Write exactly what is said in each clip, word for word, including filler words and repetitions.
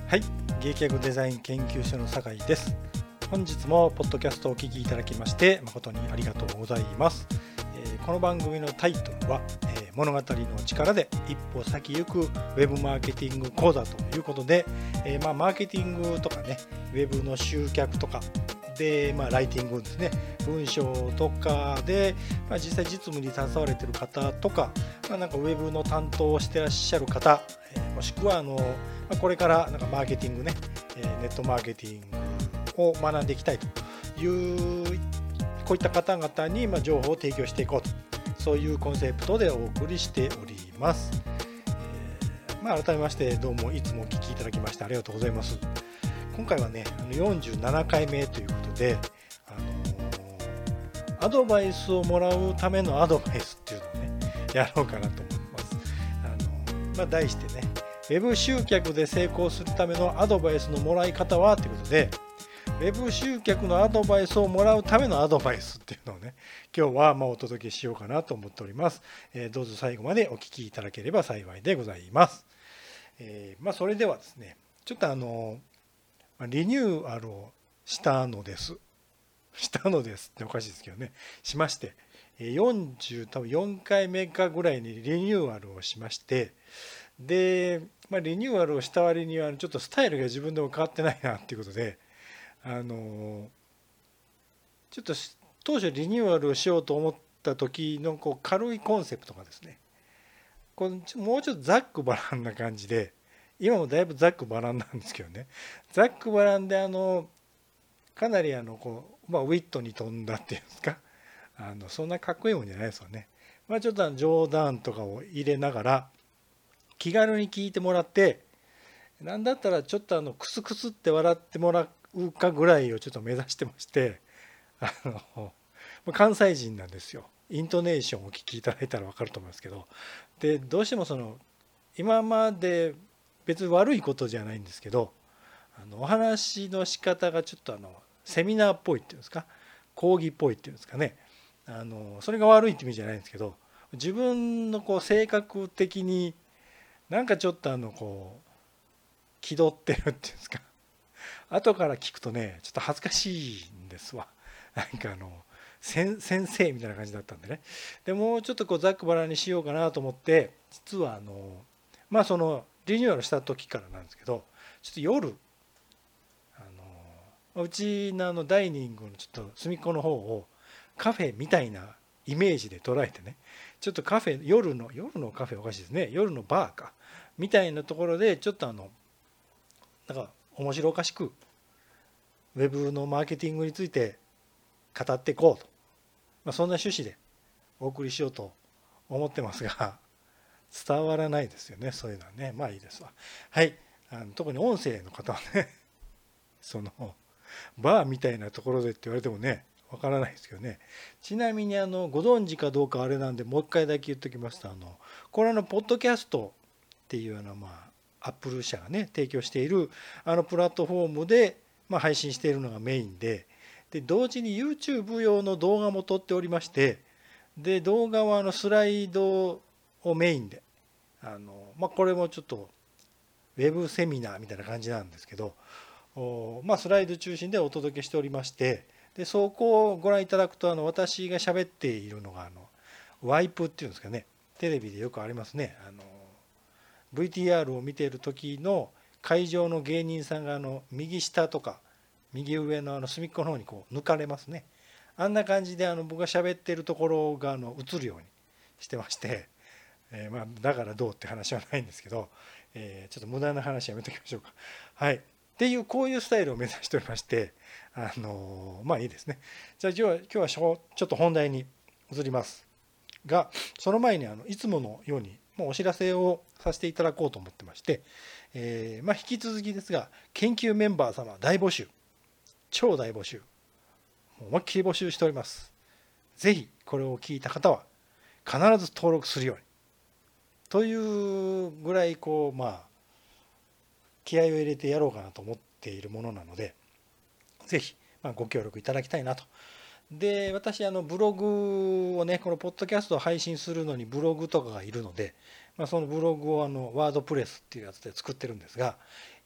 はい、劇薬デザイン研究所の酒井です。本日もポッドキャストをお聞きいただきまして誠にありがとうございます。えー、この番組のタイトルは、えー、物語の力で一歩先行くウェブマーケティング講座ということで、えー、まあマーケティングとかね、ウェブの集客とかで、まあ、ライティングですね、文章とかで、まあ、実際実務に携われている方とか、まあ、なんかウェブの担当をしてらっしゃる方、えー、もしくはあの、まあ、これからなんかマーケティングね、えー、ネットマーケティングを学んでいきたいというこういった方々にまあ情報を提供していこうと、そういうコンセプトでお送りしております。えーまあ、改めましてどうもいつもお聞きいただきましてありがとうございます。今回はねよんじゅうななかいめということで、あのー、アドバイスをもらうためのアドバイスっていうのをねやろうかなと思います。あのーまあ、題してね、ウェブ集客で成功するためのアドバイスのもらい方はということで、ウェブ集客のアドバイスをもらうためのアドバイスっていうのをね今日はまあお届けしようかなと思っております。えー、どうぞ最後までお聞きいただければ幸いでございます。えー、まあそれではですね、ちょっとあのーリニューアルをしたのです。したのですっておかしいですけどね。しまして、よんじゅう多分よんかいめかぐらいにリニューアルをしまして、で、まあ、リニューアルをした割にはちょっとスタイルが自分でも変わってないなっていうことで、あのちょっと当初リニューアルをしようと思った時のこう軽いコンセプトがですね、こうもうちょっとざっくばらんな感じで、今もだいぶざっくばらんなんですけどね、ざっくばらんであのかなりあのこう、まあ、ウィットに飛んだっていうんですか、あのそんなかっこいいもんじゃないですよね。まあ、ちょっと冗談とかを入れながら気軽に聞いてもらって、なんだったらちょっとあのクスクスって笑ってもらうかぐらいをちょっと目指してまして、あの関西人なんですよ。イントネーションをお聞きいただいたら分かると思いますけど、でどうしてもその今まで別に悪いことじゃないんですけど、あのお話の仕方がちょっとあのセミナーっぽいっていうんですか、講義っぽいっていうんですかね、あのそれが悪いって意味じゃないんですけど、自分のこう性格的になんかちょっとあのこう気取ってるっていうんですか、後から聞くとねちょっと恥ずかしいんですわ。なんかあの先生みたいな感じだったんでね。でもうちょっとこうざっくばらんにしようかなと思って、実はあのまあそのリニューアルした時からなんですけど、ちょっと夜あのうちのあのダイニングのちょっと隅っこの方をカフェみたいなイメージで捉えてね、ちょっとカフェ夜の夜のカフェおかしいですね、夜のバーかみたいなところでちょっとあのなんか面白おかしくウェブのマーケティングについて語っていこうと、まあ、そんな趣旨でお送りしようと思ってますが、伝わらないですよね、そういうのはね。まあいいですわ。はい、あの特に音声の方はねそのバーみたいなところでって言われてもねわからないですけどね。ちなみにあのご存知かどうかあれなんでもう一回だけ言っておきますと、あのこれのポッドキャストっていうのはまあアップル社がね提供しているあのプラットフォームでまあ配信しているのがメインで、で同時に YouTube 用の動画も撮っておりまして、で動画はあのスライドをメインで、あの、まあ、これもちょっとウェブセミナーみたいな感じなんですけど、まあ、スライド中心でお届けしておりまして、でそこをご覧いただくとあの私が喋っているのがあのワイプっていうんですかね、テレビでよくありますね、あの ブイティーアール を見ている時の会場の芸人さんがあの右下とか右上のあの隅っこの方にこう抜かれますね。あんな感じであの僕が喋っているところがあの映るようにしてまして、えー、まあだからどうって話はないんですけど、えー、ちょっと無駄な話やめておきましょうか。はい。っていうこういうスタイルを目指しておりまして、あのー、まあいいですね。じゃあ今日は今日はちょっと本題に移りますが、その前にあのいつものようにもうお知らせをさせていただこうと思ってまして、えー、まあ引き続きですが研究メンバー様大募集、超大募集、思いっきり募集しております。ぜひこれを聞いた方は必ず登録するようにというぐらいこうまあ気合を入れてやろうかなと思っているものなので、ぜひまあご協力いただきたいなと。で私あのブログをね、このポッドキャストを配信するのにブログとかがいるので、まあ、そのブログをあのワードプレスっていうやつで作ってるんですが、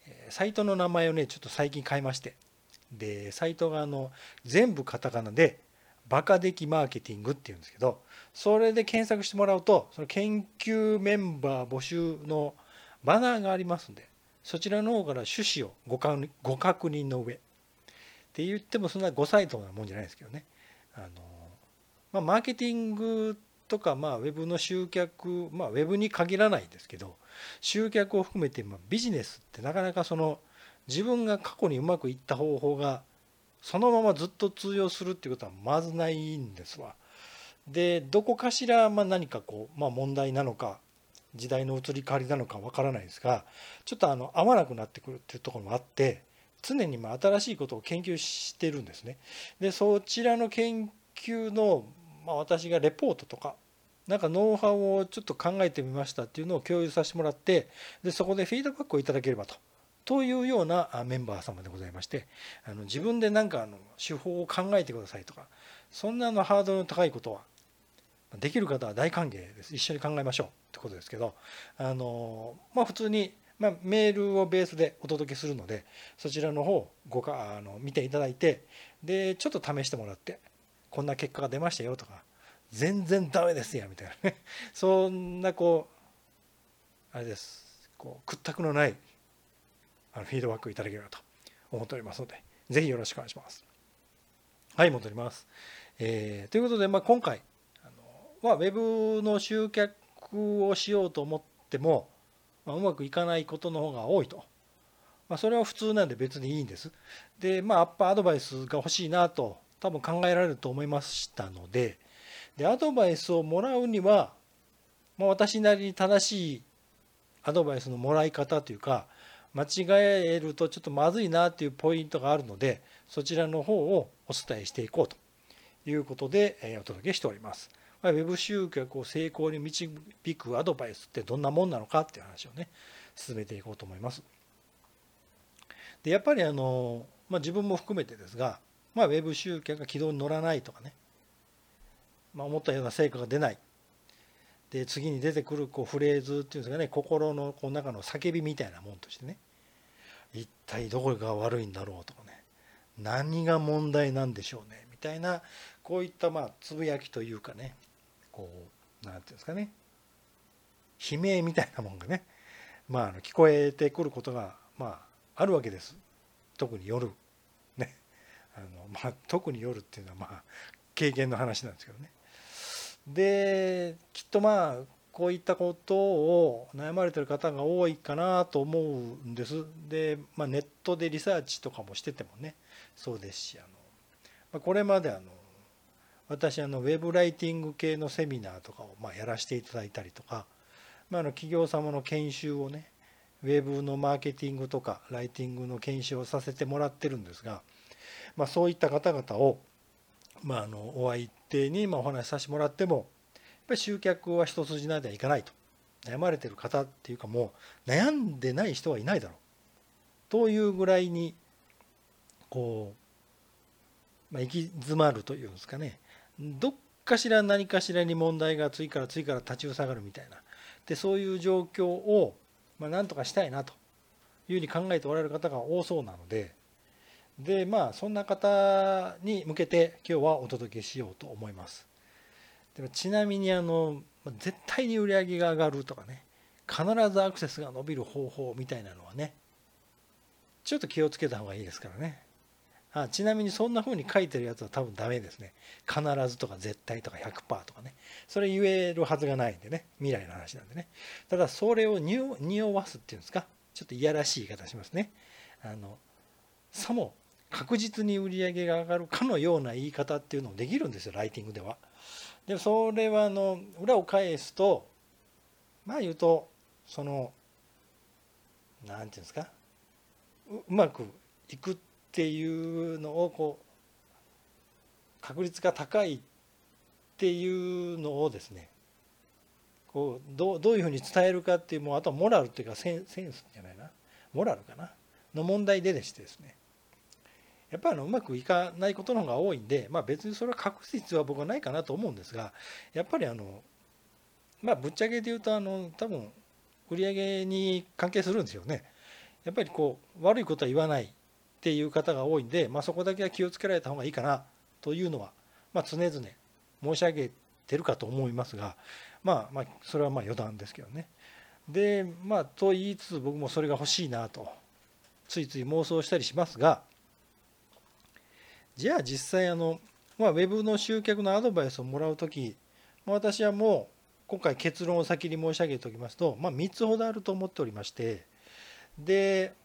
サイトの名前をねちょっと最近変えまして、でサイトがあの全部カタカナでバカできマーケティングっていうんですけど、それで検索してもらうとその研究メンバー募集のバナーがありますんで、そちらの方から趣旨をご確ご確認の上って言ってもそんなごサイトなもんじゃないですけどね、あの、まあ、マーケティングとか、まあ、ウェブの集客、まあ、ウェブに限らないですけど、集客を含めて、まあ、ビジネスってなかなかその自分が過去にうまくいった方法がそのままずっと通用するっていうことはまずないんですわ。でどこかしらまあ何かこう、まあ、問題なのか時代の移り変わりなのかわからないですが、ちょっとあの合わなくなってくるっていうところもあって、常にまあ新しいことを研究してるんですね。でそちらの研究の、まあ、私がレポートとかなんかノウハウをちょっと考えてみましたっていうのを共有させてもらって、でそこでフィードバックをいただければと。というようなメンバー様でございまして、あの自分で何かあの手法を考えてくださいとか、そんなのハードルの高いことはできる方は大歓迎です。一緒に考えましょうってことですけど、あのまあ普通に、まあ、メールをベースでお届けするので、そちらの方をごかあの見ていただいて、でちょっと試してもらって、こんな結果が出ましたよとか、全然ダメですやみたいなねそんなこうあれです、こう屈託のないあのフィードバックいただければと思っておりますので、ぜひよろしくお願いします。はい、戻ります。えー、ということで、まあ、今回あの、まあ、ウェブの集客をしようと思っても、まあ、うまくいかないことの方が多いと。まあ、それは普通なんで別にいいんです。で、まあ、アッパーアドバイスが欲しいなと多分考えられると思いましたので、でアドバイスをもらうには、まあ、私なりに正しいアドバイスのもらい方というか、間違えるとちょっとまずいなというポイントがあるので、そちらの方をお伝えしていこうということでお届けしております。ウェブ集客を成功に導くアドバイスってどんなもんなのかっていう話をね進めていこうと思います。でやっぱりあの、まあ、自分も含めてですが、まあ、ウェブ集客が軌道に乗らないとかね、まあ、思ったような成果が出ない、で次に出てくるこうフレーズっていうんですかね、心のこう中の叫びみたいなもんとしてね、一体どこが悪いんだろうとかね、何が問題なんでしょうねみたいな、こういったまあつぶやきというかね、こうなんていうんですかね、悲鳴みたいなもんがね、まあ、あの聞こえてくることがまああるわけです。特に夜ね、あの、まあ、特に夜っていうのはまあ経験の話なんですけどね。できっとまあこういったことを悩まれてる方が多いかなと思うんです。で、まあ、ネットでリサーチとかもしててもねそうですし、あの、まあ、これまであの私あのウェブライティング系のセミナーとかをまあやらせていただいたりとか、まあ、あの企業様の研修をね、ウェブのマーケティングとかライティングの研修をさせてもらってるんですが、まあ、そういった方々を、まあ、あのお相手にまあお話しさせてもらっても、やっぱり集客は一筋縄ではいかないと、悩まれてる方っていうか、もう悩んでない人はいないだろうというぐらいにこう、まあ、行き詰まるというんですかね、どっかしら何かしらに問題が次から次から立ちふさがるみたいな、でそういう状況をまあ何とかしたいなというふうに考えておられる方が多そうなので、でまあそんな方に向けて今日はお届けしようと思います。でもちなみにあの絶対に売り上げが上がるとかね、必ずアクセスが伸びる方法みたいなのはね、ちょっと気をつけた方がいいですからね。あちなみにそんな風に書いてるやつは多分ダメですね。必ずとか絶対とか ひゃくパーセント とかね、それ言えるはずがないんでね、未来の話なんでね。ただそれを匂わすっていうんですか、ちょっといやらしい言い方しますね。あのさも確実に売り上げが上がるかのような言い方っていうのもできるんですよ、ライティングでは。でそれはあの裏を返すと、まあ言うとその何て言うんですか、うまくいくっていうのをこう確率が高いっていうのをですね、こうどうどういうふうに伝えるかっていう、もうあとはモラルっていうかセンセンスじゃないな、モラルかなの問題ででしてですね、やっぱりあのうまくいかないことの方が多いんで、まあ、別にそれは隠す必要は僕はないかなと思うんですが、やっぱりあのまあぶっちゃけで言うとあの多分売り上げに関係するんですよね。 やっぱりこう悪いことは言わないっていう方が多いんで、まあ、そこだけは気をつけられた方がいいかなというのは、まあ、常々申し上げてるかと思いますが、まあまあそれはまあ余談ですけどね。でまあと言いつつ僕もそれが欲しいなとついつい妄想したりしますが、じゃあ実際あの、まあ、ウェブの集客のアドバイスをもらうとき、私はもう今回結論を先に申し上げておきますと、まあ、みっつほどあると思っておりまして、で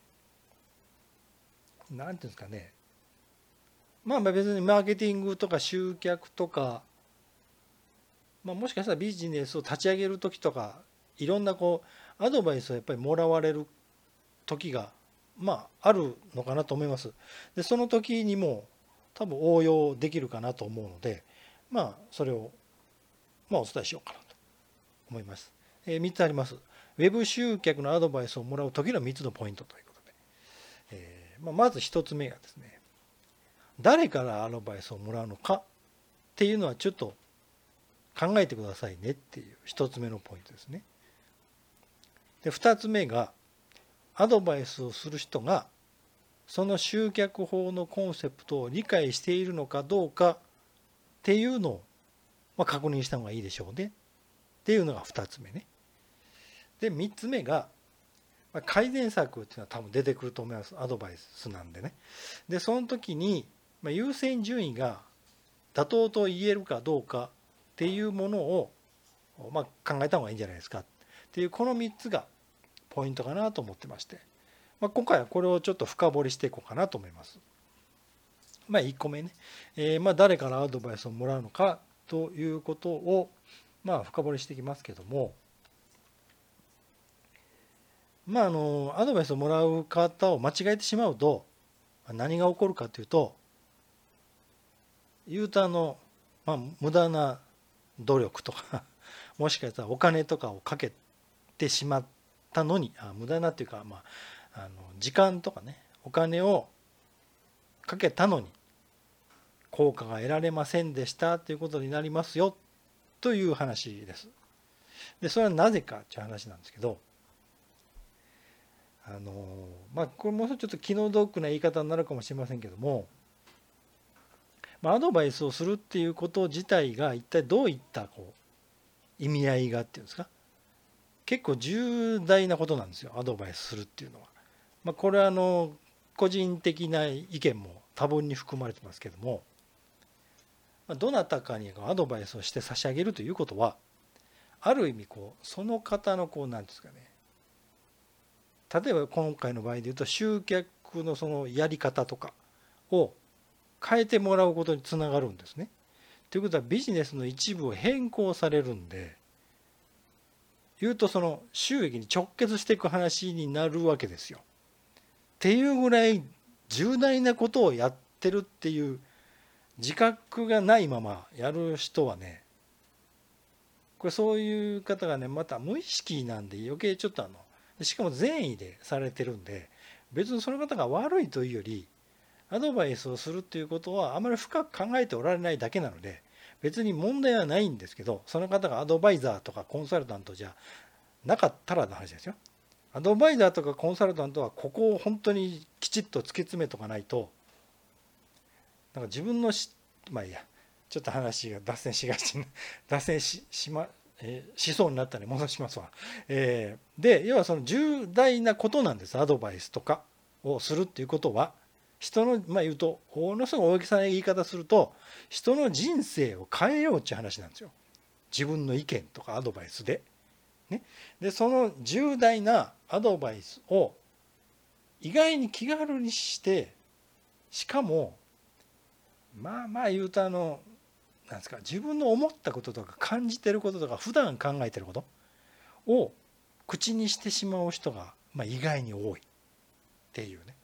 何ていうんですかね、まあ別にマーケティングとか集客とか、まあ、もしかしたらビジネスを立ち上げる時とかいろんなこうアドバイスをやっぱりもらわれる時がまああるのかなと思います。でその時にも多分応用できるかなと思うので、まあそれをまあお伝えしようかなと思います。えー、みっつあります。ウェブ集客のアドバイスをもらう時のみっつのポイントということで、えーまあ、まずひとつめがですね、誰からアドバイスをもらうのかっていうのはちょっと考えてくださいねっていうひとつめのポイントですね。でふたつめが、アドバイスをする人がその集客法のコンセプトを理解しているのかどうかっていうのをまあ確認した方がいいでしょうねっていうのがふたつめね。でみっつめが改善策っていうのは多分出てくると思います。アドバイスなんでね。でその時に優先順位が妥当と言えるかどうかっていうものをまあ考えた方がいいんじゃないですかっていう、このみっつがポイントかなと思ってまして、まあ、今回はこれをちょっと深掘りしていこうかなと思います。まあいっこめね、えー、まあ誰からアドバイスをもらうのかということをまあ深掘りしていきますけども、まああのアドバイスをもらう方を間違えてしまうと何が起こるかというと、言うとあの、まあ、無駄な努力とかもしかしたらお金とかをかけてしまったのに、あ無駄なっていうか、まあ、あの時間とかねお金をかけたのに効果が得られませんでしたということになりますよという話です。でそれはなぜかという話なんですけど、あのまあこれもうちょっと気の毒な言い方になるかもしれませんけども、まあ、アドバイスをするっていうこと自体が一体どういったこう意味合いがっていうんですか、結構重大なことなんですよ、アドバイスするっていうのは。まあ、これはあの個人的な意見も多分に含まれてますけども、どなたかにアドバイスをして差し上げるということは、ある意味こうその方のこう何ですかね、例えば今回の場合で言うと集客のそのやり方とかを変えてもらうことにつながるんですね。ということはビジネスの一部を変更されるんで、言うとその収益に直結していく話になるわけですよ。っていうぐらい重大なことをやってるっていう自覚がないままやる人はね、これそういう方がねまた無意識なんで余計ちょっとあの、しかも善意でされてるんで、別にその方が悪いというよりアドバイスをするっていうことはあまり深く考えておられないだけなので別に問題はないんですけど、その方がアドバイザーとかコンサルタントじゃなかったらの話ですよ。アドバイザーとかコンサルタントはここを本当にきちっと突き詰めとかないと、なんか自分のしまあいいや、ちょっと話が脱線しがちな脱線ししまえー、しそうになったので戻しますわ。えー、で要はその重大なことなんです。アドバイスとかをするっていうことは人のまあ言うとものすごい大げさな言い方すると人の人生を変えようっていう話なんですよ。自分の意見とかアドバイスで。ね、でその重大なアドバイスを意外に気軽にして、しかもまあまあ言うとあのなんですか、自分の思ったこととか感じてることとか普段考えてることを口にしてしまう人がまあ意外に多いっていうね。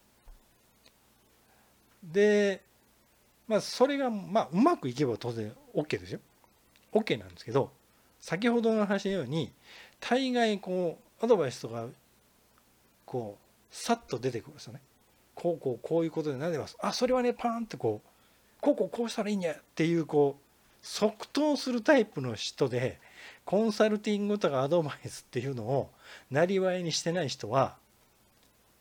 でまあそれがまあうまくいけば当然 OK ですよ。OK なんですけど、先ほどの話のように大概こうアドバイスとかこうさっと出てくるんですよね。こうこうこういうことで何でます。あ、それはねパーンってこうこうこうこうしたらいいんやっていうこう即答するタイプの人で、コンサルティングとかアドバイスっていうのをなりわいにしてない人は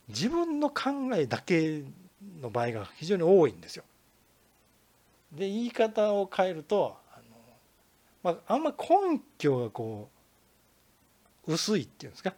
自分の考えだけの場合が非常に多いんですよ。で言い方を変えるとあの、まあ、あんま根拠がこう薄いっていうんですか、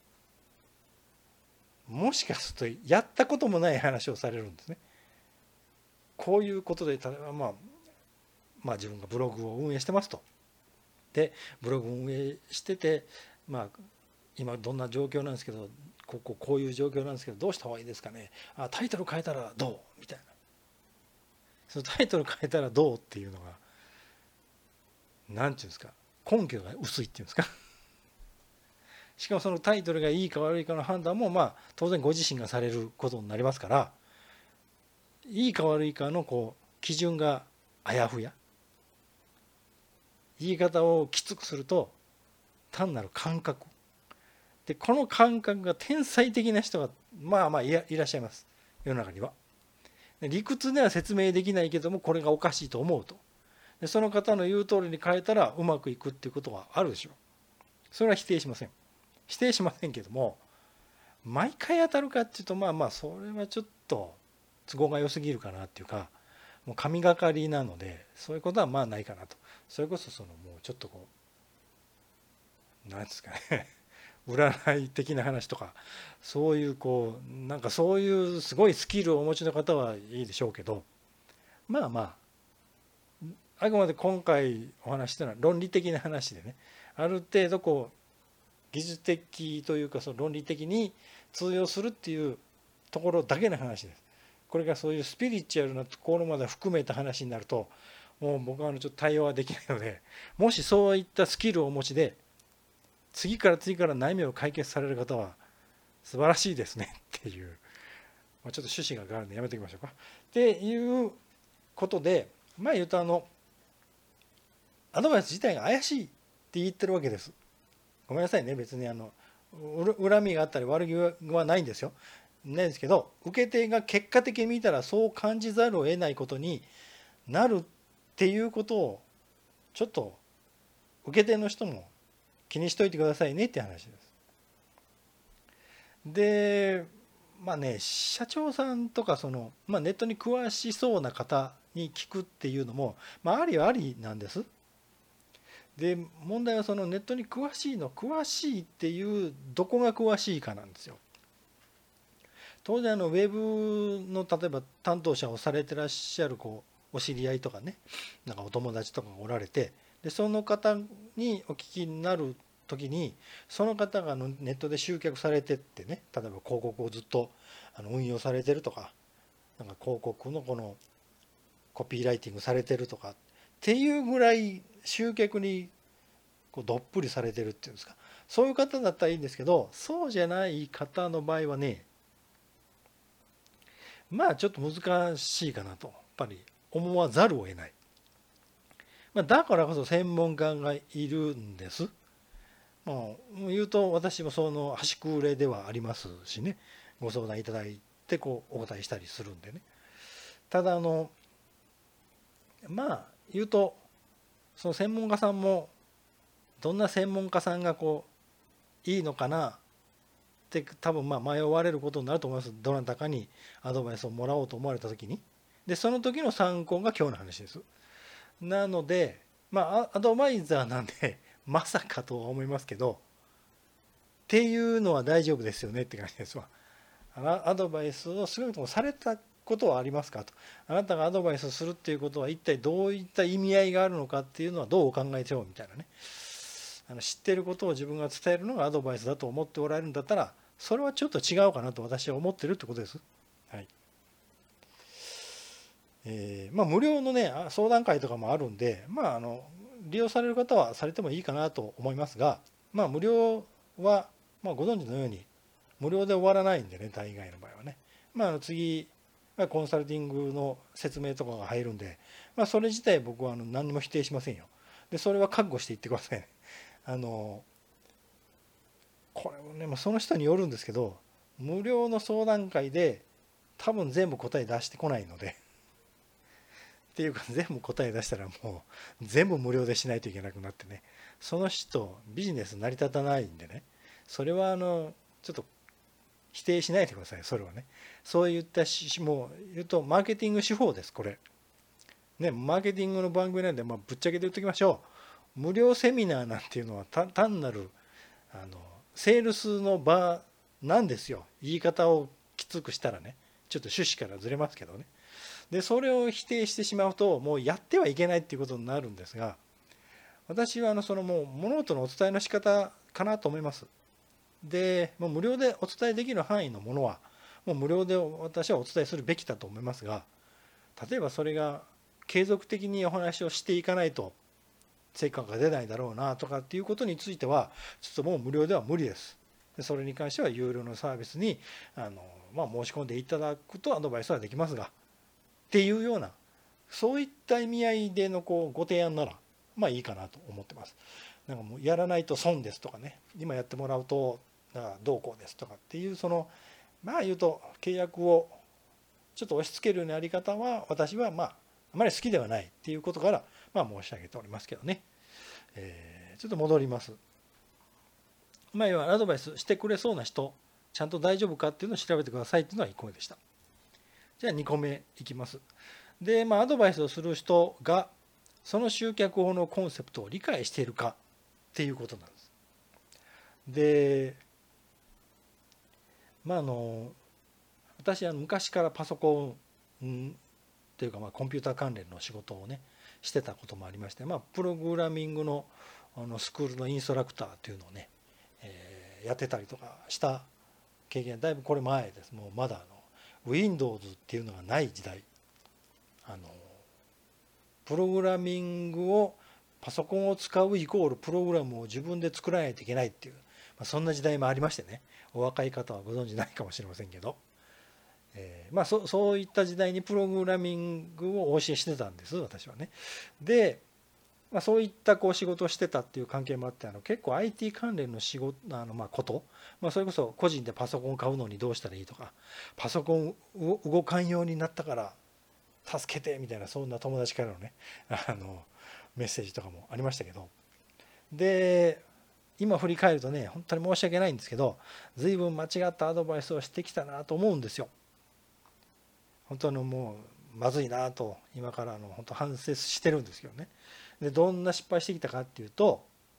もしかするとやったこともない話をされるんですね。こういうことで例えば、まあ、まあ自分がブログを運営してますと。でブログを運営してて、まあ今どんな状況なんですけど、こここういう状況なんですけどどうした方がいいですかね、あタイトル変えたらどうみたいな、そのタイトル変えたらどうっていうのが何ていうんですか、根拠が薄いっていうんですかしかもそのタイトルがいいか悪いかの判断もまあ当然ご自身がされることになりますから、いいか悪いかのこう基準があやふや、言い方をきつくすると単なる感覚で、この感覚が天才的な人がまあまあいらっしゃいます、世の中には。理屈では説明できないけどもこれがおかしいと思うと、でその方の言う通りに変えたらうまくいくっていうことはあるでしょう。それは否定しません否定しませんけども、毎回当たるかっていうとまあまあそれはちょっと都合が良すぎるかなっていうか、もう神がかりなのでそういうことはまあないかなと。それこそそのもうちょっとこう何ですかね占い的な話とか、そういうこうなんかそういうすごいスキルをお持ちの方はいいでしょうけど、まあまああくまで今回お話したのは論理的な話でね、ある程度こう技術的というかその論理的に通用するっていうところだけの話です。これがそういうスピリチュアルなところまで含めた話になるともう僕はちょっと対応はできないので、もしそういったスキルをお持ちで次から次から悩みを解決される方は素晴らしいですねっていう、まあ、ちょっと趣旨が変わるんでやめておきましょうかっていうことで、まあ言うとあのアドバイス自体が怪しいって言ってるわけです。ごめんなさいね、別にあの恨みがあったり悪気はないんですよ、ないんですけど、受け手が結果的に見たらそう感じざるを得ないことになるっていうことをちょっと受け手の人も気にしといてくださいねって話です。でまあね、社長さんとかその、まあ、ネットに詳しそうな方に聞くっていうのも、まあ、ありはありなんです。で問題はそのネットに詳しいの詳しいっていうどこが詳しいかなんですよ。当然あのウェブの例えば担当者をされてらっしゃるこうお知り合いとかね、なんかお友達とかがおられて、でその方にお聞きになる時にその方がネットで集客されてってね、例えば広告をずっと運用されてるとか、なんか広告のこのコピーライティングされてるとかっていうぐらい集客にこうどっぷりされてるっていうんですか、そういう方だったらいいんですけど、そうじゃない方の場合はね、まあちょっと難しいかなとやっぱり思わざるを得ない。まあ、だからこそ専門家がいるんです。もう言うと私もその端くれではありますしね、ご相談いただいてこうお答えしたりするんでね。ただあのまあ言うとその専門家さんもどんな専門家さんがこういいのかなって多分まあ迷われることになると思います。どなたかにアドバイスをもらおうと思われた時に、でその時の参考が今日の話です。なのでまあアドバイザーなんでまさかとは思いますけどっていうのは大丈夫ですよねって感じですわ。アドバイスを少なくともされたことはありますかと、あなたがアドバイスするっていうことは一体どういった意味合いがあるのかっていうのはどうお考えでしょうみたいなね、あの知っていることを自分が伝えるのがアドバイスだと思っておられるんだったらそれはちょっと違うかなと私は思ってるってことです。はい。えー、まあ無料のね相談会とかもあるんで、まああの利用される方はされてもいいかなと思いますが、まあ無料はまあご存知のように無料で終わらないんでね、大概の場合はね。まああの次コンサルティングの説明とかが入るんで、まあそれ自体僕はあの何にも否定しませんよ。でそれは覚悟していってくださいね。あのこれもね、まあ、その人によるんですけど、無料の相談会で多分全部答え出してこないのでっていうか全部答え出したらもう全部無料でしないといけなくなってね、その人ビジネス成り立たないんでね、それはあのちょっと否定しないでください。それはね、そういったしもう言うとマーケティング手法ですこれね。マーケティングの番組なんで、まあ、ぶっちゃけて言っておきましょう。無料セミナーなんていうのは単なるあのセールスの場なんですよ。言い方をきつくしたらね、ちょっと趣旨からずれますけどね。でそれを否定してしまうともうやってはいけないっていうことになるんですが、私はあのそのもう物事のお伝えの仕方かなと思います。でもう無料でお伝えできる範囲のものはもう無料で私はお伝えするべきだと思いますが、例えばそれが継続的にお話をしていかないと成果が出ないだろうなとかっていうことについてはちょっともう無料では無理です。でそれに関しては有料のサービスにあの、まあ、申し込んでいただくとアドバイスはできますがっていうような、そういった意味合いでのこうご提案ならまあいいかなと思ってます。なんかもうやらないと損ですとかね、今やってもらうとどうこうですとかっていう、そのまあ言うと契約をちょっと押し付けるようなやり方は私はまああまり好きではないっていうことからまあ申し上げておりますけどね。えー、ちょっと戻ります。まあ要はアドバイスしてくれそうな人ちゃんと大丈夫かっていうのを調べてくださいっていうのがいっこめでした。じゃあにこめいきます。でまあアドバイスをする人がその集客法のコンセプトを理解しているかっていうことなんです。でまああの私は昔からパソコンというかまあコンピューター関連の仕事をねしてたこともありまして、まあプログラミングのあのスクールのインストラクターというのをね、えー、やってたりとかした経験だいぶこれ前です。もうまだあの Windows っていうのがない時代、あのプログラミングをパソコンを使うイコールプログラムを自分で作らないといけないっていう、まあ、そんな時代もありましてね、お若い方はご存じないかもしれませんけど、えー、まあ そ, そういった時代にプログラミングをお教えしてたんです私はね。で、まあ、そういったこう仕事をしてたっていう関係もあって、あの結構 アイティー 関連の仕事あのまあこと、まあ、それこそ個人でパソコンを買うのにどうしたらいいとか、パソコンを動かんようになったから助けてみたいな、そんな友達からのねあのメッセージとかもありましたけど、で今振り返るとね本当に申し訳ないんですけど、随分間違ったアドバイスをしてきたなと思うんですよ。本当にもうまずいなと今からの本当反省してるんですけどね。でどんな失敗してきたかっていうと、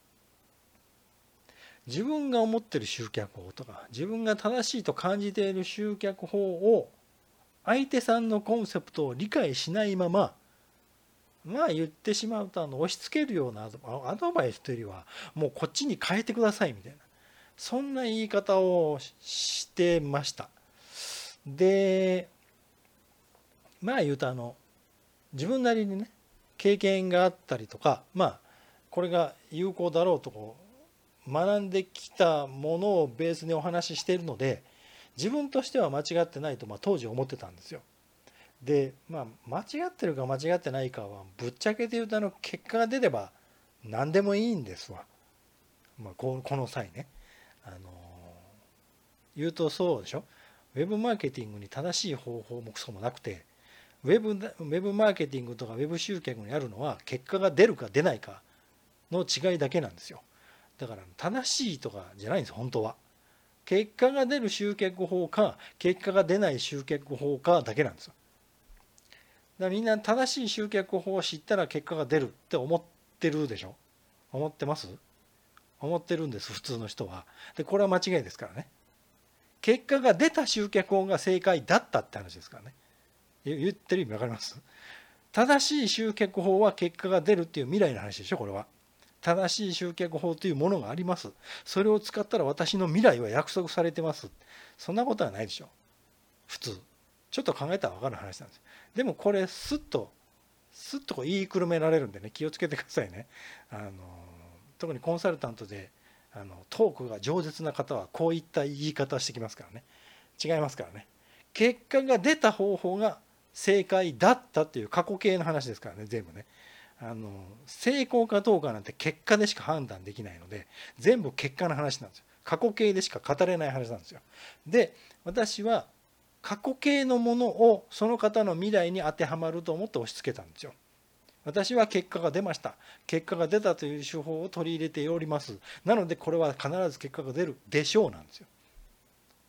自分が思ってる集客法とか自分が正しいと感じている集客法を相手さんのコンセプトを理解しないまま、まあ言ってしまうとあの押し付けるようなアドバイスというよりはもうこっちに変えてくださいみたいな、そんな言い方をしてました。でまあ言うとあの自分なりにね経験があったりとか、まあこれが有効だろうとこう学んできたものをベースにお話ししているので、自分としては間違ってないとまあ当時思ってたんですよ。でまあ間違ってるか間違ってないかはぶっちゃけて言うとあの結果が出れば何でもいいんですわ。まあこの際ね、あの言うとそうでしょ。ウェブマーケティングに正しい方法もクソもなくて、ウェブ、ウェブマーケティングとかウェブ集客にあるのは結果が出るか出ないかの違いだけなんですよ。だから正しいとかじゃないんです本当は。結果が出る集客法か結果が出ない集客法かだけなんですよ。だからみんな正しい集客法を知ったら結果が出るって思ってるでしょ。思ってます？思ってるんです普通の人は。でこれは間違いですからね。結果が出た集客法が正解だったって話ですからね。言ってる意味分かります？正しい集客法は結果が出るっていう未来の話でしょこれは。正しい集客法というものがあります。それを使ったら私の未来は約束されてます。そんなことはないでしょ普通。ちょっと考えたら分かる話なんです。でもこれスッとスッとこう言いくるめられるんでね、気をつけてくださいね。あの特にコンサルタントであのトークが饒舌な方はこういった言い方をしてきますからね。違いますからね。結果が出た方法が正解だったっていう過去形の話ですからね全部ね。あの成功かどうかなんて結果でしか判断できないので、全部結果の話なんですよ。過去形でしか語れない話なんですよ。で私は過去形のものをその方の未来に当てはまると思って押し付けたんですよ。私は結果が出ました。結果が出たという手法を取り入れております。なのでこれは必ず結果が出るでしょうなんですよ。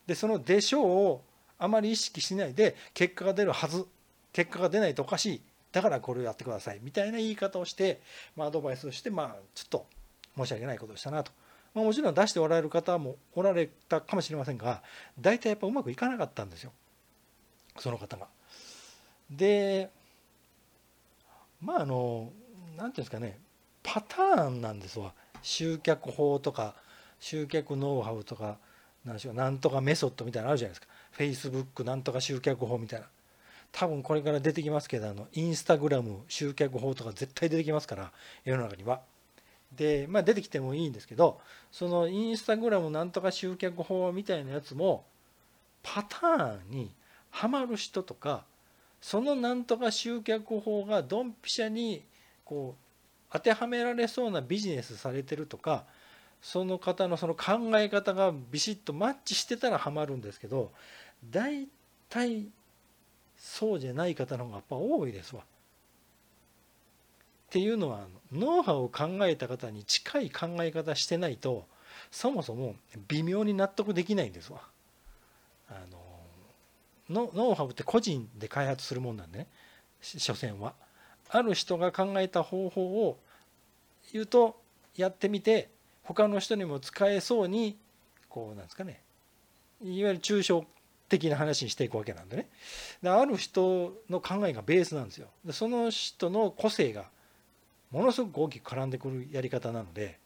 でそのでしょうをあまり意識しないで結果が出るはず、結果が出ないとおかしい、だからこれをやってくださいみたいな言い方をして、まあ、アドバイスをして、まあちょっと申し訳ないことをしたなと。まあ、もちろん出しておられる方もおられたかもしれませんが、大体やっぱうまくいかなかったんですよ、その方が。でまああの何ていうんですかね、パターンなんですわ。集客法とか集客ノウハウとか何でしょう、なんとかメソッドみたいなのあるじゃないですか。 Facebook なんとか集客法みたいな、多分これから出てきますけど、あのインスタグラム集客法とか絶対出てきますから、世の中には。でまあ出てきてもいいんですけど、そのインスタグラムなんとか集客法みたいなやつもパターンにはまる人とか、そのなんとか集客法がドンピシャにこう当てはめられそうなビジネスされてるとか、その方のその考え方がビシッとマッチしてたらはまるんですけど、大体そうじゃない方の方がやっぱ多いですわ。っていうのは、ノウハウを考えた方に近い考え方してないと、そもそも微妙に納得できないんですわ。あのノウハウって個人で開発するもんなんでね、所詮は。ある人が考えた方法を言うとやってみて、他の人にも使えそうにこうなんですかね、いわゆる抽象的な話にしていくわけなんでね。である人の考えがベースなんですよ。でその人の個性がものすごく大きく絡んでくるやり方なので、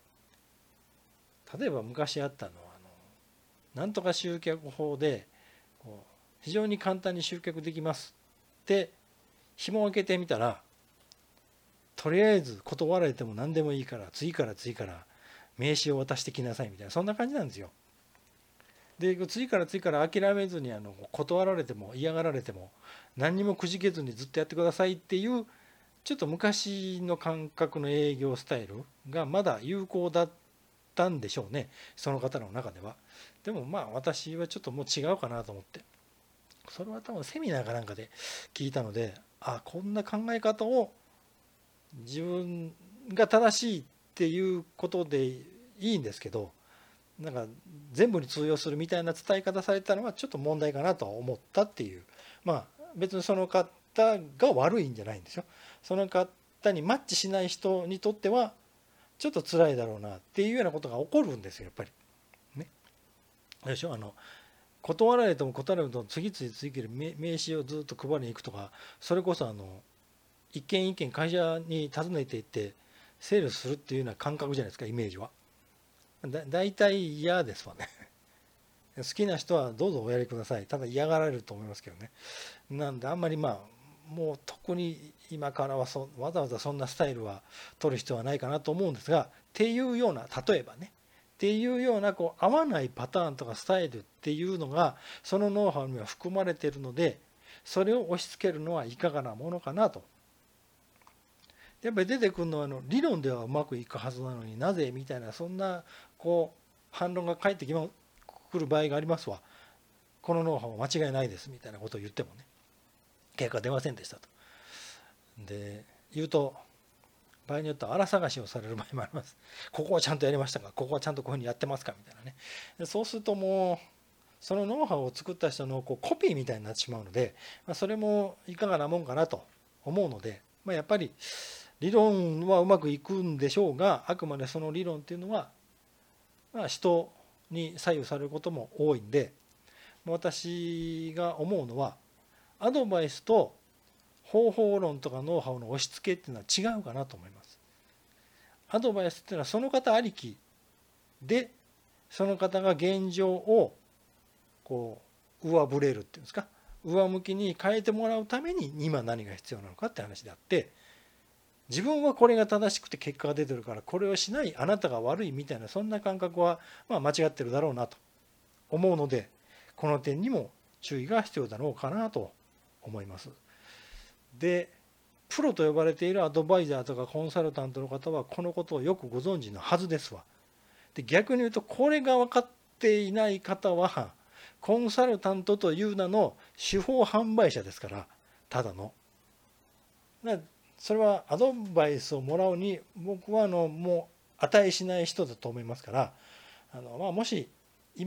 例えば昔あったのはあのなんとか集客法でこう非常に簡単に集客できますって紐を開けてみたら、とりあえず断られても何でもいいから次から次から名刺を渡してきなさいみたいな、そんな感じなんですよ。で次から次から諦めずにあの断られても嫌がられても何にもくじけずにずっとやってくださいっていう、ちょっと昔の感覚の営業スタイルがまだ有効だったんでしょうね、その方の中では。でもまあ私はちょっともう違うかなと思って、それは多分セミナーかなんかで聞いたので、あこんな考え方を自分が正しいっていうことでいいんですけど、なんか全部に通用するみたいな伝え方されたのはちょっと問題かなと思ったっていう。まあ別にその方が悪いんじゃないんですよ。その方にマッチしない人にとってはちょっと辛いだろうなっていうようなことが起こるんですよ、やっぱりね。でしょ、あの断られても断られても次々次々名刺をずっと配りに行くとか、それこそあの一軒一軒会社に訪ねていってセールするっていうような感覚じゃないですか、イメージは。だ大体嫌ですわね。好きな人はどうぞおやりください。ただ嫌がられると思いますけどね。なんであんまりまあもう特に今からはそわざわざそんなスタイルは取る必要はないかなと思うんですが、っていうような、例えばねっていうようなこう合わないパターンとかスタイルっていうのがそのノウハウには含まれているので、それを押し付けるのはいかがなものかなと。やっぱり出てくるのはあの理論ではうまくいくはずなのになぜみたいな、そんなこう反論が返ってきくる場合がありますわ。このノウハウは間違いないですみたいなことを言ってもね、結果出ませんでしたと。で言うと場合によっては荒探しをされる場合もあります。ここはちゃんとやりましたか、ここはちゃんとこういうふうにやってますかみたいなね。でそうするともうそのノウハウを作った人のこうコピーみたいになってしまうので、まあ、それもいかがなもんかなと思うので、まあ、やっぱり理論はうまくいくんでしょうが、あくまでその理論っていうのは、まあ、人に左右されることも多いんで、私が思うのはアドバイスと方法論とかノウハウの押し付けっていうのは違うかなと思います。アドバイスっていうのはその方ありきで、その方が現状をこう上振れるっていうんですか、上向きに変えてもらうために今何が必要なのかって話であって、自分はこれが正しくて結果が出てるからこれをしないあなたが悪いみたいな、そんな感覚はまあ間違ってるだろうなと思うので、この点にも注意が必要だろうかなと思います。でプロと呼ばれているアドバイザーとかコンサルタントの方はこのことをよくご存知のはずですわ。で逆に言うとこれが分かっていない方はコンサルタントという名の手法販売者ですから、ただの。それはアドバイスをもらうに僕はあのもう値しない人だと思いますから、あのまあもし今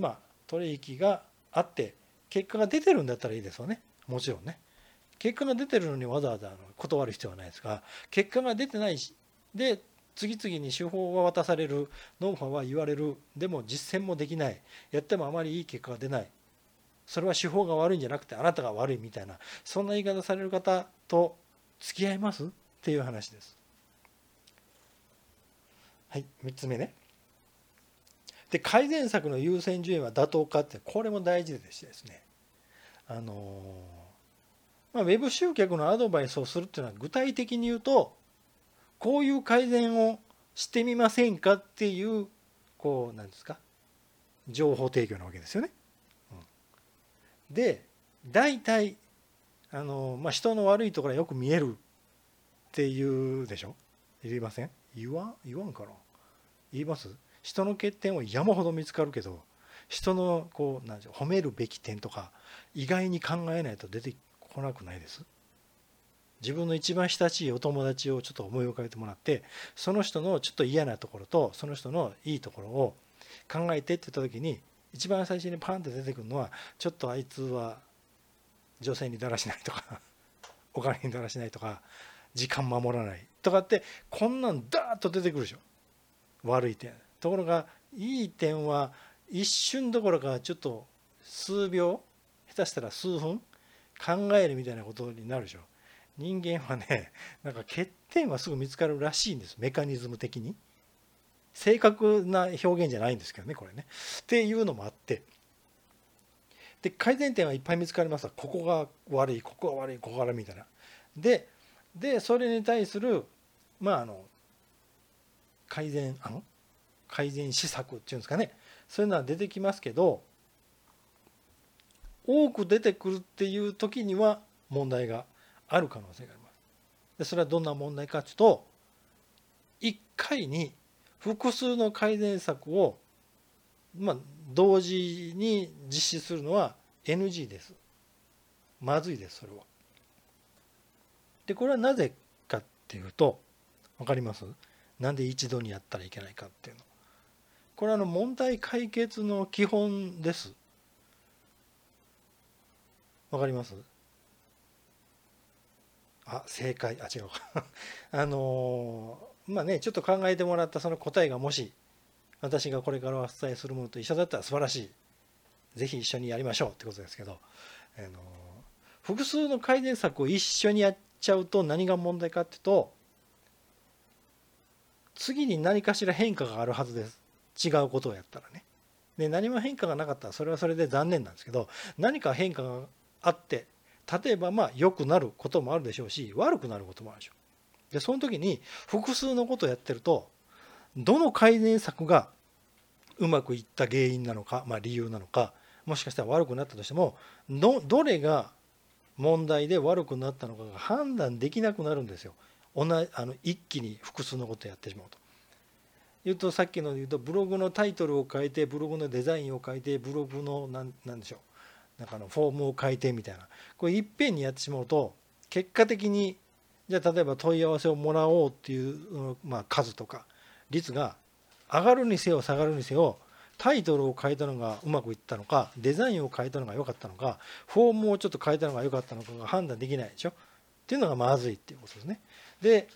取引があって結果が出てるんだったらいいですよね。もちろんね。結果が出てるのにわざわざ断る必要はないですが、結果が出てないしで次々に手法は渡される、ノウハウは言われる、でも実践もできない、やってもあまりいい結果が出ない、それは手法が悪いんじゃなくてあなたが悪いみたいな、そんな言い方される方と付き合いますっていう話です。はい、みっつめね。で、改善策の優先順位は妥当かって、これも大事でしてですね、あのまあ、ウェブ集客のアドバイスをするっていうのは具体的に言うと、こういう改善をしてみませんかっていうこうなんですか、情報提供なわけですよね。うん、で大体あの、まあ、人の悪いところがよく見えるっていうでしょ。言いません？言わん言わんかな。言います？人の欠点は山ほど見つかるけど、人のこうなんでしょう、褒めるべき点とか意外に考えないと出てこなくないです？自分の一番親しいお友達をちょっと思い浮かべてもらって、その人のちょっと嫌なところとその人のいいところを考えてって言った時に、一番最初にパンって出てくるのは、ちょっとあいつは女性にだらしないとかお金にだらしないとか時間守らないとかって、こんなんダーッと出てくるでしょ、悪い点。ところがいい点は一瞬どころかちょっと数秒、下手したら数分考えるみたいなことになるでしょ。人間はね、なんか欠点はすぐ見つかるらしいんです、メカニズム的に。正確な表現じゃないんですけどね、これね。っていうのもあって、で改善点はいっぱい見つかりますわ。ここが悪い、ここが悪い、ここが悪いみたいな。で、でそれに対するまああの改善案、改善施策っていうんですかね、そういうのは出てきますけど、多く出てくるっていう時には問題がある可能性があります。でそれはどんな問題かというと、いっかいに複数の改善策を、まあ、同時に実施するのは エヌジー です。まずいです、それは。でこれはなぜかっていうと、分かります？なんで一度にやったらいけないかっていうの。これはあの問題解決の基本です。分かります？あ、正解。あ、違うか。あのー、まあね、ちょっと考えてもらったその答えがもし私がこれからお伝えするものと一緒だったら素晴らしい。ぜひ一緒にやりましょうってことですけど、あのー、複数の改善策を一緒にやっちゃうと何が問題かっていうと、次に何かしら変化があるはずです。違うことをやったらね。で何も変化がなかったらそれはそれで残念なんですけど、何か変化があって、例えばまあ良くなることもあるでしょうし、悪くなることもあるでしょう。でその時に複数のことをやってると、どの改善策がうまくいった原因なのか、まあ、理由なのか、もしかしたら悪くなったとしても ど, どれが問題で悪くなったのかが判断できなくなるんですよ。同じあの一気に複数のことをやってしまうと。言うとさっきの言うと、ブログのタイトルを変えて、ブログのデザインを変えて、ブログのなんなんでしょう、なんかのフォームを変えてみたいな、これいっぺんにやってしまうと、結果的にじゃあ例えば問い合わせをもらおうっていう、まあ、数とか率が上がるにせよ下がるにせよ、タイトルを変えたのがうまくいったのか、デザインを変えたのが良かったのか、フォームをちょっと変えたのが良かったのかが判断できないでしょっていうのがまずいっていうことですね。で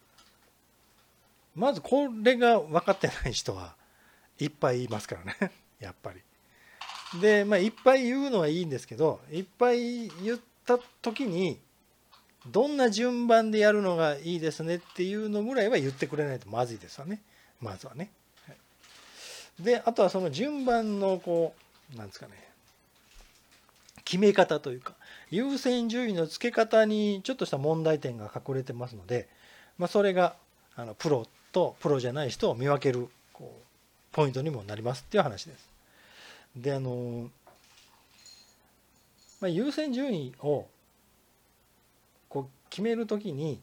まずこれが分かってない人はいっぱいいますからねやっぱり。でまあいっぱい言うのはいいんですけど、いっぱい言った時にどんな順番でやるのがいいですねっていうのぐらいは言ってくれないとまずいですよね、まずはね。であとはその順番のこうなんですかね、決め方というか優先順位の付け方にちょっとした問題点が隠れてますので、まあ、それがあのプロとプロじゃない人を見分けるこうポイントにもなりますっていう話です。であの、まあ、優先順位をこう決めるときに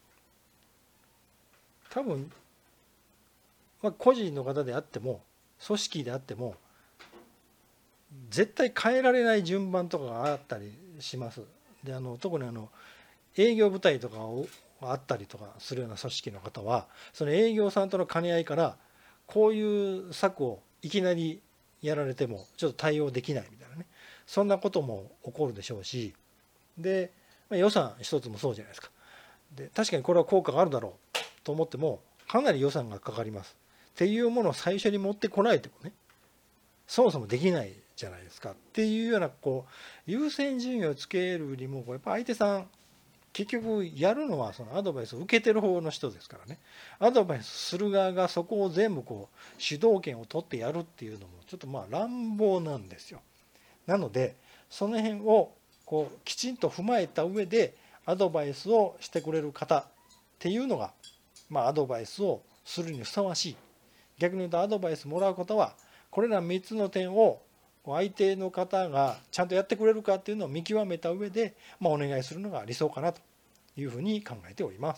多分、まあ、個人の方であっても組織であっても絶対変えられない順番とかがあったりします。であの特にあの営業部隊とかをあったりとかするような組織の方は、その営業さんとの兼ね合いからこういう策をいきなりやられてもちょっと対応できないみたいなね、そんなことも起こるでしょうし、で、まあ、予算一つもそうじゃないですか。で確かにこれは効果があるだろうと思ってもかなり予算がかかりますっていうものを最初に持ってこないともね、そもそもできないじゃないですかっていうようなこう優先順位をつけるよりもやっぱ相手さん結局やるのはそのアドバイスを受けてる方の人ですからね、アドバイスする側がそこを全部こう主導権を取ってやるっていうのもちょっとまあ乱暴なんですよ。なのでその辺をこうきちんと踏まえた上でアドバイスをしてくれる方っていうのが、まあ、アドバイスをするにふさわしい。逆に言うとアドバイスもらう方はこれらみっつの点を相手の方がちゃんとやってくれるかっていうのを見極めた上で、まあ、お願いするのが理想かなというふうに考えております。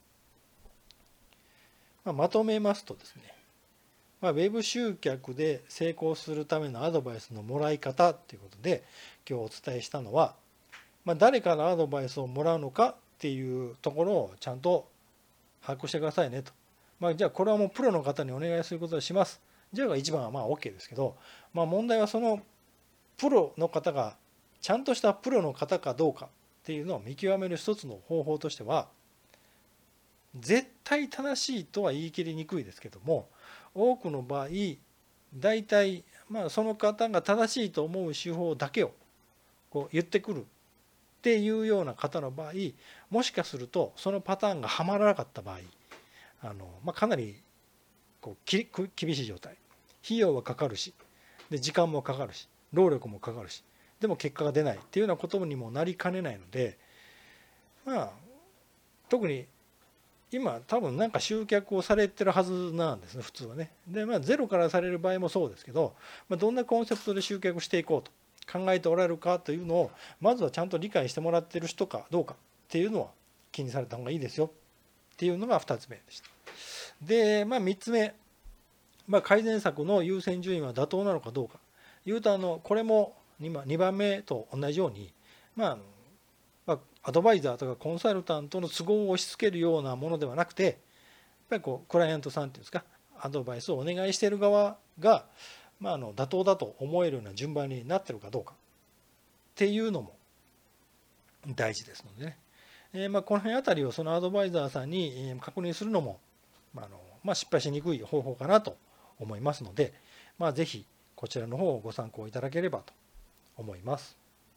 まあ、まとめますとですね、まあ、ウェブ集客で成功するためのアドバイスのもらい方ということで今日お伝えしたのは、まあ、誰からアドバイスをもらうのかっていうところをちゃんと把握してくださいねと。まあ、じゃあこれはもうプロの方にお願いすることをします。じゃあ一番はまあ OK ですけど、まあ、問題はそのプロの方がちゃんとしたプロの方かどうかっていうのを見極める一つの方法としては、絶対正しいとは言い切りにくいですけども、多くの場合大体まあその方が正しいと思う手法だけをこう言ってくるっていうような方の場合、もしかするとそのパターンがはまらなかった場合、あの、まあ、かなりこうき厳しい状態、費用はかかるしで時間もかかるし労力もかかるしでも結果が出ないっていうようなことにもなりかねないので、まあ特に今多分なんか集客をされてるはずなんですね、普通はね。でまあゼロからされる場合もそうですけど、まあ、どんなコンセプトで集客していこうと考えておられるかというのをまずはちゃんと理解してもらってる人かどうかっていうのは気にされた方がいいですよっていうのがふたつめでした。で、まあ、みっつめ、まあ、改善策の優先順位は妥当なのかどうか言うと、あのこれもにばんめと同じように、まあ、アドバイザーとかコンサルタントの都合を押し付けるようなものではなくて、やっぱりこうクライアントさんっていうんですか、アドバイスをお願いしている側が、まあ、あの妥当だと思えるような順番になってるかどうかっていうのも大事ですのでね、えー、まあこの辺あたりをそのアドバイザーさんに確認するのも、まああのまあ、失敗しにくい方法かなと思いますので、まあ、ぜひこちらの方をご参考いただければと思います。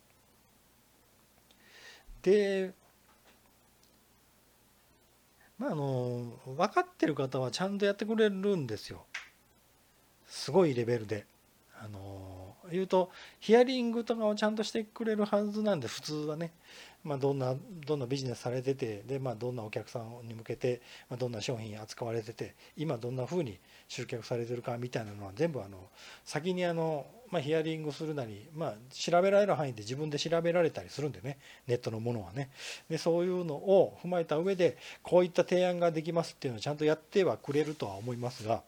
で、まあ、あの分かってる方はちゃんとやってくれるんですよ、すごいレベルで。あの言うとヒアリングとかをちゃんとしてくれるはずなんで、普通はね、まあ、どんなどんなビジネスされててで、まあ、どんなお客さんに向けて、まあ、どんな商品扱われてて今どんなふうに集客されてるかみたいなのは全部あの先にあの、まあ、ヒアリングするなり、まあ、調べられる範囲で自分で調べられたりするんでね、ネットのものはね。でそういうのを踏まえた上でこういった提案ができますっていうのをちゃんとやってはくれるとは思いますが、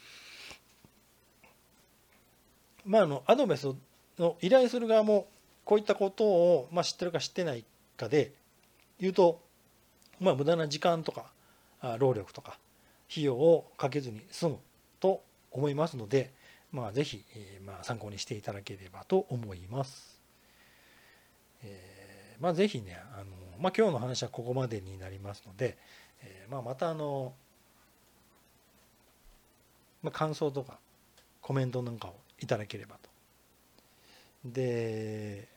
まあ、あのアドバイスの依頼する側もこういったことを、まあ、知ってるか知ってないかで言うと、まあ、無駄な時間とか労力とか費用をかけずに済むと思いますので、まあ、ぜひ、まあ、参考にしていただければと思います。えーまあ、ぜひね、あの、まあ、今日の話はここまでになりますので、えーまあ、またあの、まあ、感想とかコメントなんかをいただければと。で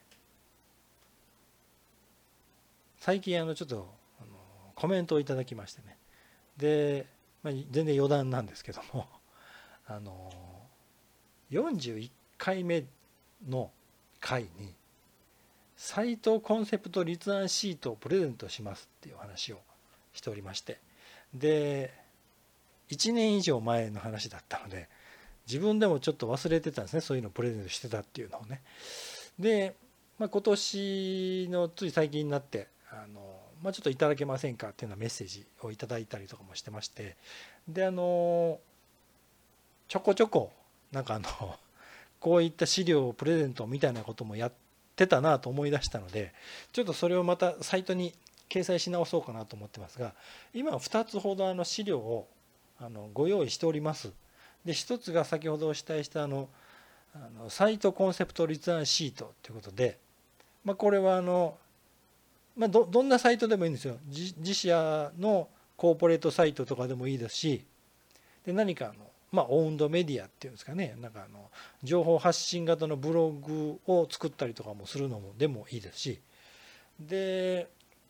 最近あのちょっとあのコメントをいただきましてね、で、まあ、全然余談なんですけどもあのよんじゅういっかいめの回にサイトコンセプト立案シートをプレゼントしますっていう話をしておりまして、でいちねん以上前の話だったので自分でもちょっと忘れてたんですね、そういうのをプレゼントしてたっていうのをね。で、まあ、今年のつい最近になってあの、まあ、ちょっといただけませんかっていうようなメッセージをいただいたりとかもしてまして、であのちょこちょこなんかあのこういった資料をプレゼントみたいなこともやってたなと思い出したので、ちょっとそれをまたサイトに掲載し直そうかなと思ってますが、今ふたつほどあの資料をあのご用意しております。で一つが先ほどお伝えしたあのあのサイトコンセプト立案シートということで、まあ、これはあの、まあ、ど, どんなサイトでもいいんですよ。 自, 自社のコーポレートサイトとかでもいいですし、で何かあの、まあ、オウンドメディアっていうんですかね、なんかあの情報発信型のブログを作ったりとかもするのもでもいいですし、で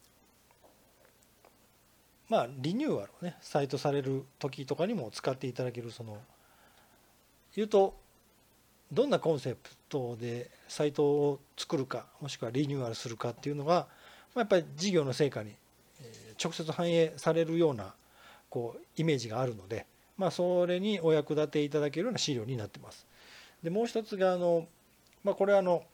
まあリニューアルをねサイトされる時とかにも使っていただける、その言うとどんなコンセプトでサイトを作るか、もしくはリニューアルするかっていうのがやっぱり事業の成果に直接反映されるようなこうイメージがあるので、まあ、それにお役立ていただけるような資料になってます。でもう一つがあの、まあ、これはあの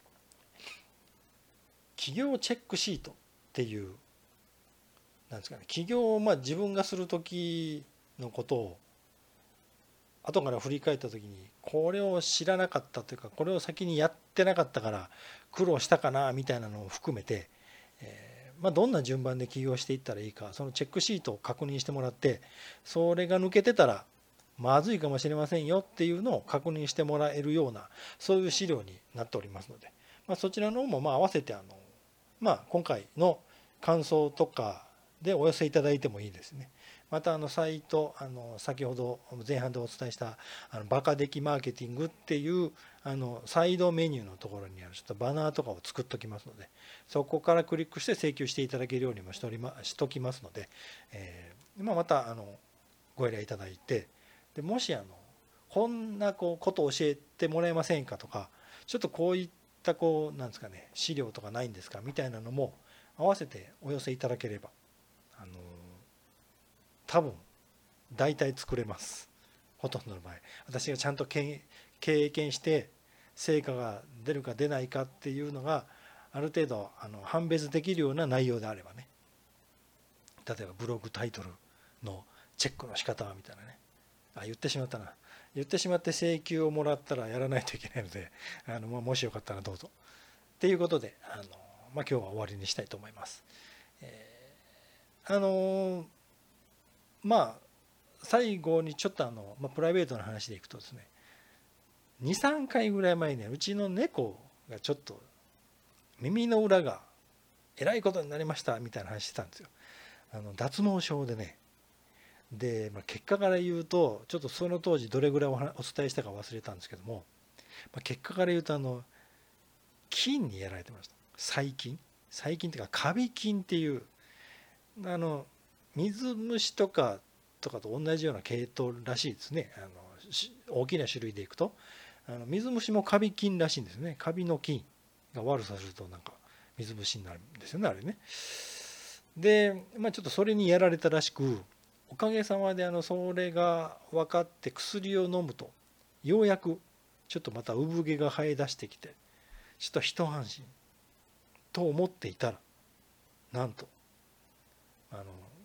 企業チェックシートっていうなんですかね、企業をまあ自分がする時のことを後から振り返った時にこれを知らなかったというか、これを先にやってなかったから苦労したかなみたいなのを含めて、えーまあどんな順番で起業していったらいいか、そのチェックシートを確認してもらって、それが抜けてたらまずいかもしれませんよっていうのを確認してもらえるような、そういう資料になっておりますので、まあ、そちらの方もまあ合わせてあの、まあ、今回の感想とかでお寄せいただいてもいいですね。またあのサイト、あの先ほど前半でお伝えしたあのバカできマーケティングっていうあのサイドメニューのところにあるちょっとバナーとかを作っておきますので、そこからクリックして請求していただけるようにもしておりましときますので、えー、ままたあのご依頼いただいて、でもしあのこんなこうことを教えてもらえませんかとか、ちょっとこういったこうなんですかね、資料とかないんですかみたいなのも合わせてお寄せいただければ、あの多分大体作れます。ほとんどの場合私がちゃんと経験して成果が出るか出ないかっていうのがある程度あの判別できるような内容であればね、例えばブログタイトルのチェックの仕方みたいなね、あ言ってしまったな言ってしまって請求をもらったらやらないといけないので、あの、まあ、もしよかったらどうぞっていうことで、あの、まあ、今日は終わりにしたいと思います。えー、あのまあ最後にちょっとあの、まあ、プライベートな話でいくとですね、にさんかいぐらい前にうちの猫がちょっと耳の裏がえらいことになりましたみたいな話してたんですよ。あの脱毛症でね。で、まあ、結果から言うとちょっとその当時どれぐらいお伝えしたか忘れたんですけども、まあ、結果から言うとあの菌にやられてました。細菌細菌っていうかカビ菌っていうあの水虫とかとかと同じような系統らしいですね。あの大きな種類でいくとあの水虫もカビ菌らしいんですね。カビの菌が悪さするとなんか水虫になるんですよね、あれね。で、まあ、ちょっとそれにやられたらしく、おかげさまであのそれが分かって薬を飲むとようやくちょっとまた産毛が生え出してきて、ちょっと一安心と思っていたら、なんとあの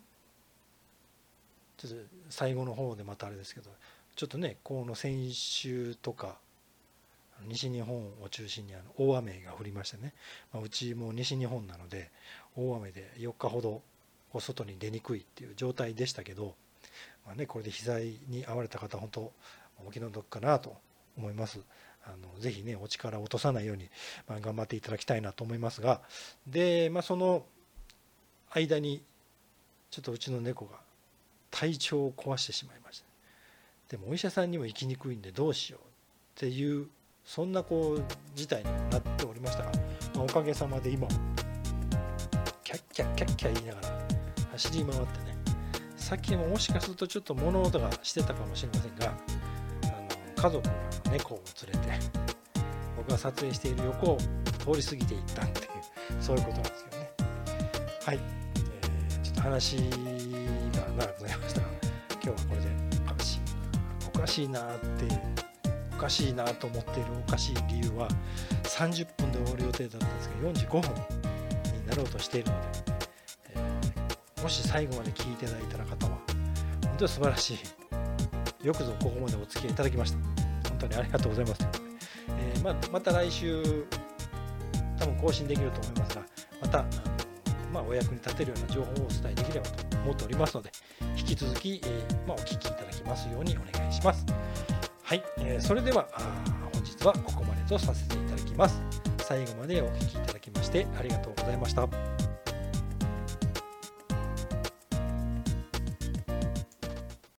ちょっと最後の方でまたあれですけど、ちょっとねこの先週とか西日本を中心にあの大雨が降りましてね、まあ、うちも西日本なので大雨でよっかほど外に出にくいっていう状態でしたけど、まあね、これで被災に遭われた方本当お気の毒かなと思います。あのぜひねお力を落とさないように、まあ、頑張っていただきたいなと思いますが、で、まあ、その間にちょっとうちの猫が体調を壊してしまいました。でもお医者さんにも行きにくいんでどうしようっていうそんなこう事態になっておりましたが、まあ、おかげさまで今キャッキャッキャッキャ言いながら走り回ってね、さっきももしかするとちょっと物音がしてたかもしれませんが、あの家族が猫を連れて僕が撮影している横を通り過ぎていったっていう、そういうことなんですけどね。はい、えー、ちょっと話が長くなりましたが、今日はこれでおかしいおかしいなっておかしいなと思っているおかしい理由はさんじゅっぷんで終わる予定だったんですけどよんじゅうごふんになろうとしているので、えー、もし最後まで聞いていただいた方は本当に素晴らしい、よくぞここまでお付き合いいただきました。本当にありがとうございます。えーまあ、また来週多分更新できると思いますが、またまあ、お役に立てるような情報をお伝えできればと思っておりますので、引き続き、えーまあ、お聞きいただきますようにお願いします。はい、えー、それでは本日日はここまでとさせていただきます。最後までお聞きいただきましてありがとうございました。